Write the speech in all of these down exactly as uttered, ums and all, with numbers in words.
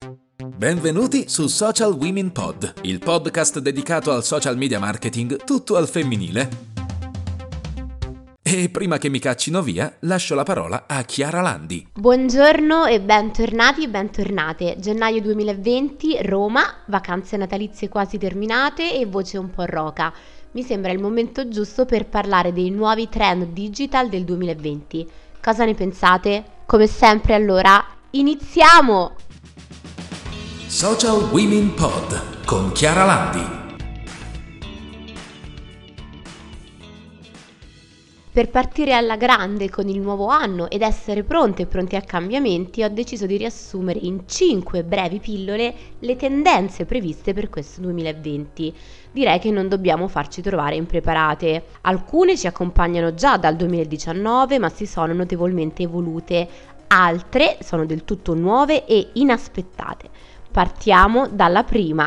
Benvenuti su Social Women Pod, il podcast dedicato al social media marketing tutto al femminile. E prima che mi caccino via, lascio la parola a Chiara Landi. Buongiorno e bentornati e bentornate. Gennaio duemilaventi, Roma, vacanze natalizie quasi terminate e voce un po' roca. Mi sembra il momento giusto per parlare dei nuovi trend digital del duemilaventi. Cosa ne pensate? Come sempre allora, iniziamo! Social Women Pod con Chiara Landi. Per partire alla grande con il nuovo anno ed essere pronte e pronti a cambiamenti, ho deciso di riassumere in cinque brevi pillole le tendenze previste per questo duemilaventi. Direi che non dobbiamo farci trovare impreparate. Alcune ci accompagnano già dal duemiladiciannove, ma si sono notevolmente evolute. Altre sono del tutto nuove e inaspettate. Partiamo dalla prima.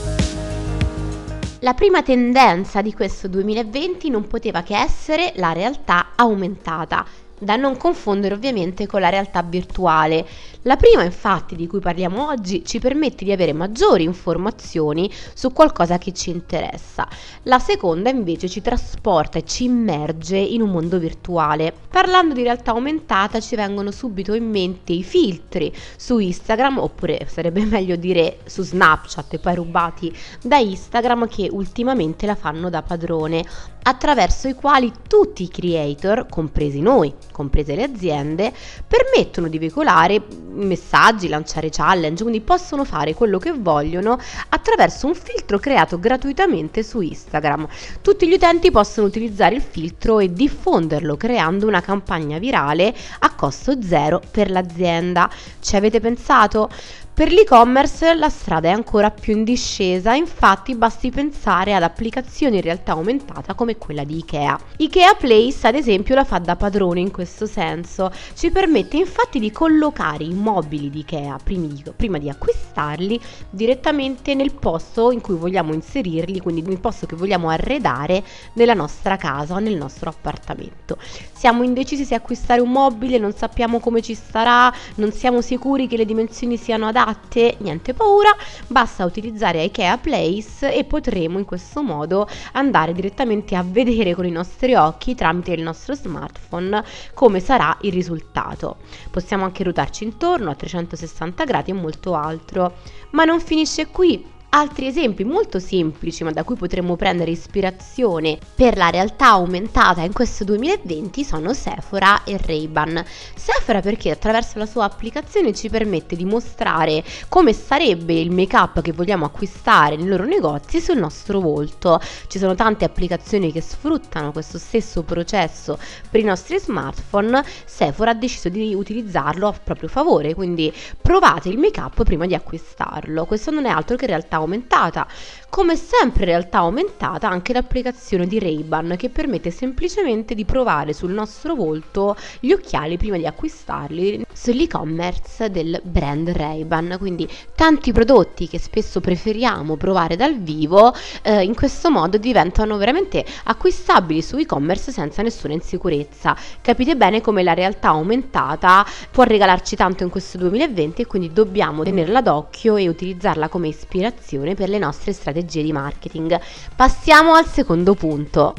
La prima tendenza di questo duemilaventi non poteva che essere la realtà aumentata, da non confondere ovviamente con la realtà virtuale. La prima, infatti, di cui parliamo oggi, ci permette di avere maggiori informazioni su qualcosa che ci interessa. La seconda, invece, ci trasporta e ci immerge in un mondo virtuale. Parlando di realtà aumentata, ci vengono subito in mente i filtri su Instagram, oppure sarebbe meglio dire su Snapchat, e poi rubati da Instagram, che ultimamente la fanno da padrone, attraverso i quali tutti i creator, compresi noi, comprese le aziende, permettono di veicolare messaggi, lanciare challenge, quindi possono fare quello che vogliono attraverso un filtro creato gratuitamente su Instagram. Tutti gli utenti possono utilizzare il filtro e diffonderlo creando una campagna virale a costo zero per l'azienda. Ci avete pensato? Per l'e-commerce la strada è ancora più in discesa, infatti basti pensare ad applicazioni in realtà aumentata come quella di Ikea. Ikea Place, ad esempio, la fa da padrone in questo senso. Ci permette infatti di collocare i mobili di Ikea prima di, prima di acquistarli direttamente nel posto in cui vogliamo inserirli, quindi nel posto che vogliamo arredare nella nostra casa o nel nostro appartamento. Siamo indecisi se acquistare un mobile, non sappiamo come ci starà, non siamo sicuri che le dimensioni siano adatte. Niente paura, basta utilizzare Ikea Place e potremo in questo modo andare direttamente a vedere con i nostri occhi tramite il nostro smartphone come sarà il risultato. Possiamo anche ruotarci intorno a trecentosessanta gradi e molto altro. Ma non finisce qui. Altri esempi molto semplici, ma da cui potremmo prendere ispirazione per la realtà aumentata in questo duemilaventi, sono Sephora e Ray-Ban. Sephora perché attraverso la sua applicazione ci permette di mostrare come sarebbe il make-up che vogliamo acquistare nei loro negozi sul nostro volto. Ci sono tante applicazioni che sfruttano questo stesso processo per i nostri smartphone. Sephora ha deciso di utilizzarlo a proprio favore, quindi provate il make-up prima di acquistarlo. Questo non è altro che realtà aumentata. Come sempre realtà aumentata anche l'applicazione di Ray-Ban, che permette semplicemente di provare sul nostro volto gli occhiali prima di acquistarli sull'e-commerce del brand Ray-Ban. Quindi tanti prodotti che spesso preferiamo provare dal vivo eh, in questo modo diventano veramente acquistabili su e-commerce senza nessuna insicurezza. Capite bene come la realtà aumentata può regalarci tanto in questo duemilaventi, e quindi dobbiamo tenerla d'occhio e utilizzarla come ispirazione per le nostre strategie di marketing. Passiamo al secondo punto.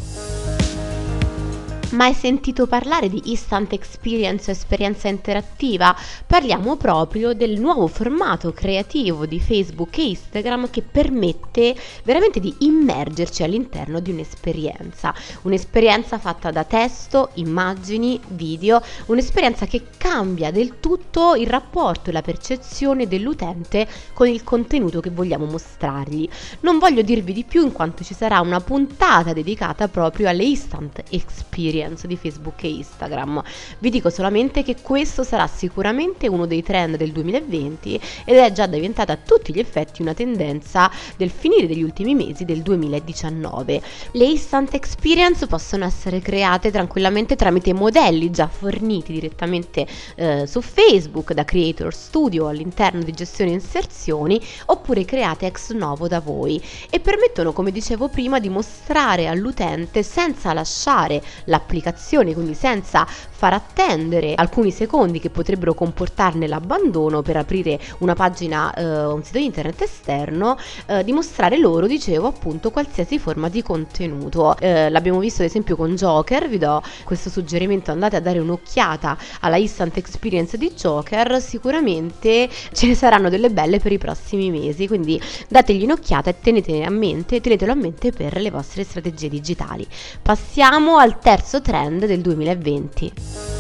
Mai sentito parlare di Instant Experience o esperienza interattiva? Parliamo proprio del nuovo formato creativo di Facebook e Instagram che permette veramente di immergerci all'interno di un'esperienza. Un'esperienza fatta da testo, immagini, video, un'esperienza che cambia del tutto il rapporto e la percezione dell'utente con il contenuto che vogliamo mostrargli. Non voglio dirvi di più in quanto ci sarà una puntata dedicata proprio alle Instant Experience di Facebook e Instagram. Vi dico solamente che questo sarà sicuramente uno dei trend del duemilaventi ed è già diventata a tutti gli effetti una tendenza del finire degli ultimi mesi del duemiladiciannove. Le Instant Experience possono essere create tranquillamente tramite modelli già forniti direttamente eh, su Facebook da Creator Studio all'interno di gestione inserzioni, oppure create ex novo da voi, e permettono, come dicevo prima, di mostrare all'utente senza lasciare la applicazione, quindi senza far attendere alcuni secondi che potrebbero comportarne l'abbandono per aprire una pagina, eh, un sito internet esterno, eh, dimostrare loro, dicevo appunto, qualsiasi forma di contenuto. Eh, l'abbiamo visto ad esempio con Joker, vi do questo suggerimento, andate a dare un'occhiata alla instant experience di Joker, sicuramente ce ne saranno delle belle per i prossimi mesi, quindi dategli un'occhiata e tenete a mente, tenetelo a mente per le vostre strategie digitali. Passiamo al terzo trend del duemilaventi.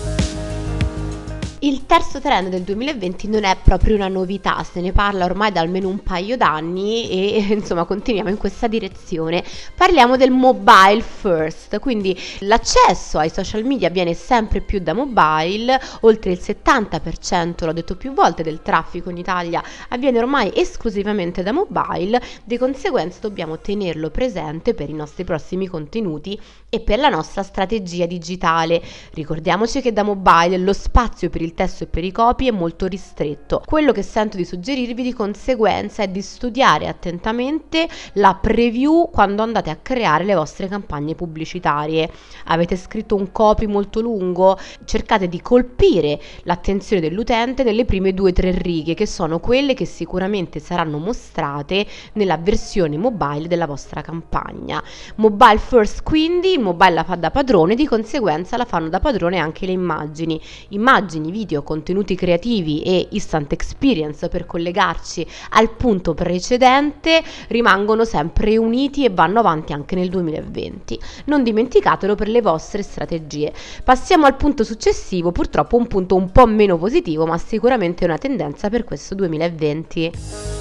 Il terzo trend del duemilaventi non è proprio una novità, se ne parla ormai da almeno un paio d'anni e insomma continuiamo in questa direzione. Parliamo del mobile first, quindi l'accesso ai social media avviene sempre più da mobile, oltre il settanta per cento, l'ho detto più volte, del traffico in Italia avviene ormai esclusivamente da mobile, di conseguenza dobbiamo tenerlo presente per i nostri prossimi contenuti e per la nostra strategia digitale. Ricordiamoci che da mobile lo spazio per il testo e per i copy è molto ristretto. Quello che sento di suggerirvi di conseguenza è di studiare attentamente la preview quando andate a creare le vostre campagne pubblicitarie. Avete scritto un copy molto lungo? Cercate di colpire l'attenzione dell'utente nelle prime due o tre righe, che sono quelle che sicuramente saranno mostrate nella versione mobile della vostra campagna. Mobile first, quindi il mobile la fa da padrone, di conseguenza la fanno da padrone anche le immagini. Immagini, video, contenuti creativi e instant experience per collegarci al punto precedente rimangono sempre uniti e vanno avanti anche nel duemilaventi. Non dimenticatelo per le vostre strategie. Passiamo al punto successivo, purtroppo un punto un po' meno positivo, ma sicuramente una tendenza per questo duemilaventi.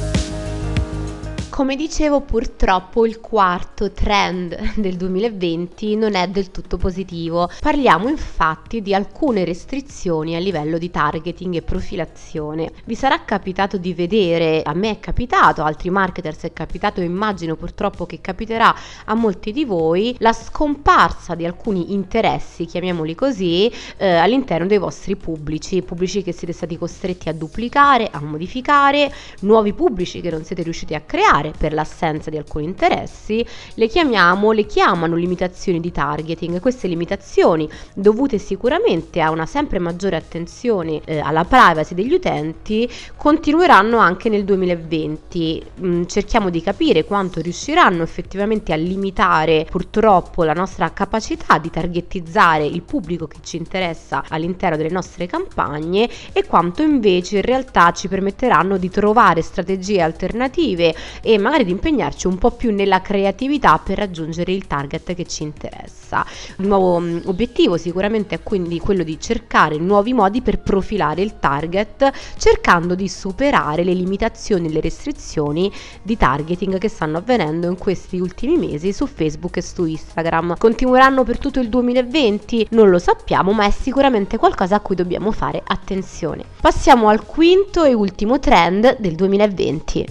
Come dicevo, purtroppo il quarto trend del duemilaventi non è del tutto positivo. Parliamo infatti di alcune restrizioni a livello di targeting e profilazione. Vi sarà capitato di vedere, a me è capitato, a altri marketers è capitato, immagino purtroppo che capiterà a molti di voi, la scomparsa di alcuni interessi, chiamiamoli così, eh, all'interno dei vostri pubblici, pubblici che siete stati costretti a duplicare, a modificare, nuovi pubblici che non siete riusciti a creare per l'assenza di alcuni interessi. Le chiamiamo, le chiamano limitazioni di targeting. Queste limitazioni, dovute sicuramente a una sempre maggiore attenzione eh, alla privacy degli utenti, continueranno anche nel duemilaventi. Mm, cerchiamo di capire quanto riusciranno effettivamente a limitare purtroppo la nostra capacità di targetizzare il pubblico che ci interessa all'interno delle nostre campagne e quanto invece in realtà ci permetteranno di trovare strategie alternative e magari di impegnarci un po' più nella creatività per raggiungere il target che ci interessa. Il nuovo mh, obiettivo sicuramente è quindi quello di cercare nuovi modi per profilare il target, cercando di superare le limitazioni e le restrizioni di targeting che stanno avvenendo in questi ultimi mesi su Facebook e su Instagram. Continueranno per tutto il duemilaventi? Non lo sappiamo, ma è sicuramente qualcosa a cui dobbiamo fare attenzione. Passiamo al quinto e ultimo trend del duemilaventi.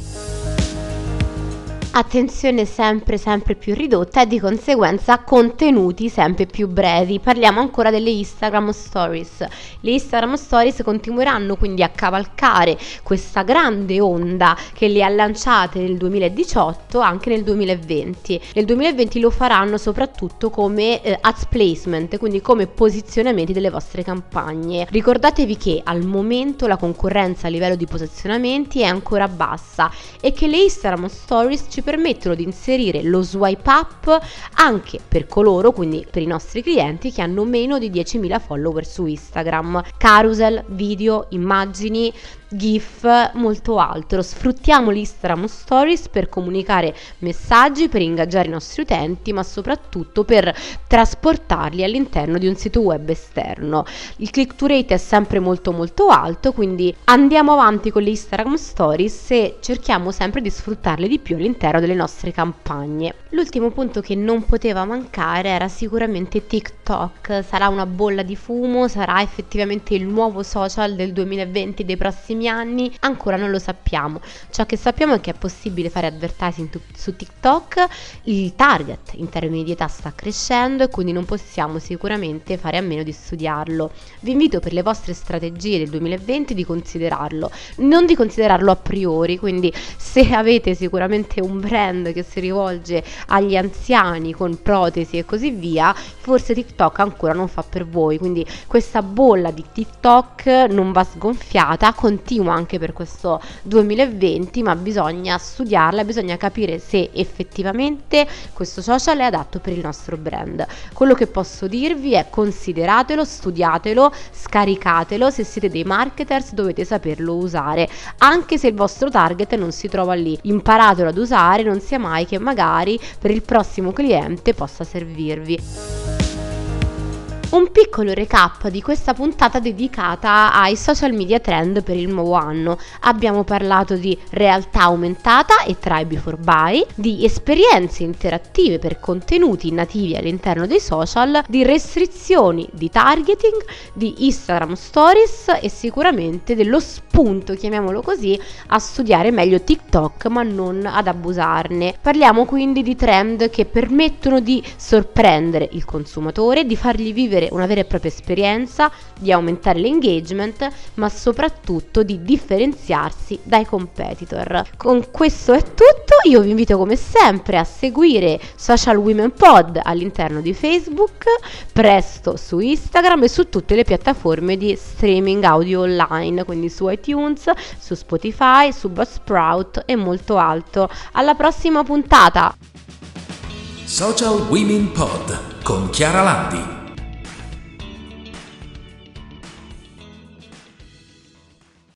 Attenzione sempre sempre più ridotta e di conseguenza contenuti sempre più brevi. Parliamo ancora delle Instagram Stories. Le Instagram Stories continueranno quindi a cavalcare questa grande onda che le ha lanciate nel duemiladiciotto anche nel duemilaventi. Nel duemilaventi lo faranno soprattutto come eh, ads placement, quindi come posizionamenti delle vostre campagne. Ricordatevi che al momento la concorrenza a livello di posizionamenti è ancora bassa e che le Instagram Stories ci permettono di inserire lo swipe up anche per coloro, quindi per i nostri clienti, che hanno meno di diecimila follower su Instagram. Carousel, video, immagini, GIF, molto altro. Sfruttiamo l'Instagram Stories per comunicare messaggi, per ingaggiare i nostri utenti, ma soprattutto per trasportarli all'interno di un sito web esterno. Il click to rate è sempre molto molto alto, quindi andiamo avanti con le Instagram Stories e cerchiamo sempre di sfruttarle di più all'interno delle nostre campagne. L'ultimo punto che non poteva mancare era sicuramente TikTok. Sarà una bolla di fumo, sarà effettivamente il nuovo social del duemilaventi, dei prossimi prossimi anni? Ancora non lo sappiamo. Ciò che sappiamo è che è possibile fare advertising tu- su TikTok, il target in termini di età sta crescendo e quindi non possiamo sicuramente fare a meno di studiarlo. Vi invito per le vostre strategie del duemilaventi di considerarlo, non di considerarlo a priori, quindi se avete sicuramente un brand che si rivolge agli anziani con protesi e così via, forse TikTok ancora non fa per voi, quindi questa bolla di TikTok non va sgonfiata, continua anche per questo duemilaventi, ma bisogna studiarla, bisogna capire se effettivamente questo social è adatto per il nostro brand. Quello che posso dirvi è: consideratelo, studiatelo, scaricatelo, se siete dei marketers dovete saperlo usare, anche se il vostro target non si trova lì, imparatelo ad usare, non sia mai che magari per il prossimo cliente possa servirvi. Un piccolo recap di questa puntata dedicata ai social media trend per il nuovo anno. Abbiamo parlato di realtà aumentata e try before buy, di esperienze interattive per contenuti nativi all'interno dei social, di restrizioni di targeting, di Instagram Stories e sicuramente dello spunto, chiamiamolo così, a studiare meglio TikTok ma non ad abusarne. Parliamo quindi di trend che permettono di sorprendere il consumatore, di fargli vivere una vera e propria esperienza, di aumentare l'engagement, ma soprattutto di differenziarsi dai competitor. Con questo è tutto, io vi invito come sempre a seguire Social Women Pod all'interno di Facebook, presto su Instagram e su tutte le piattaforme di streaming audio online, quindi su iTunes, su Spotify, su Buzzsprout e molto altro. Alla prossima puntata! Social Women Pod con Chiara Landi.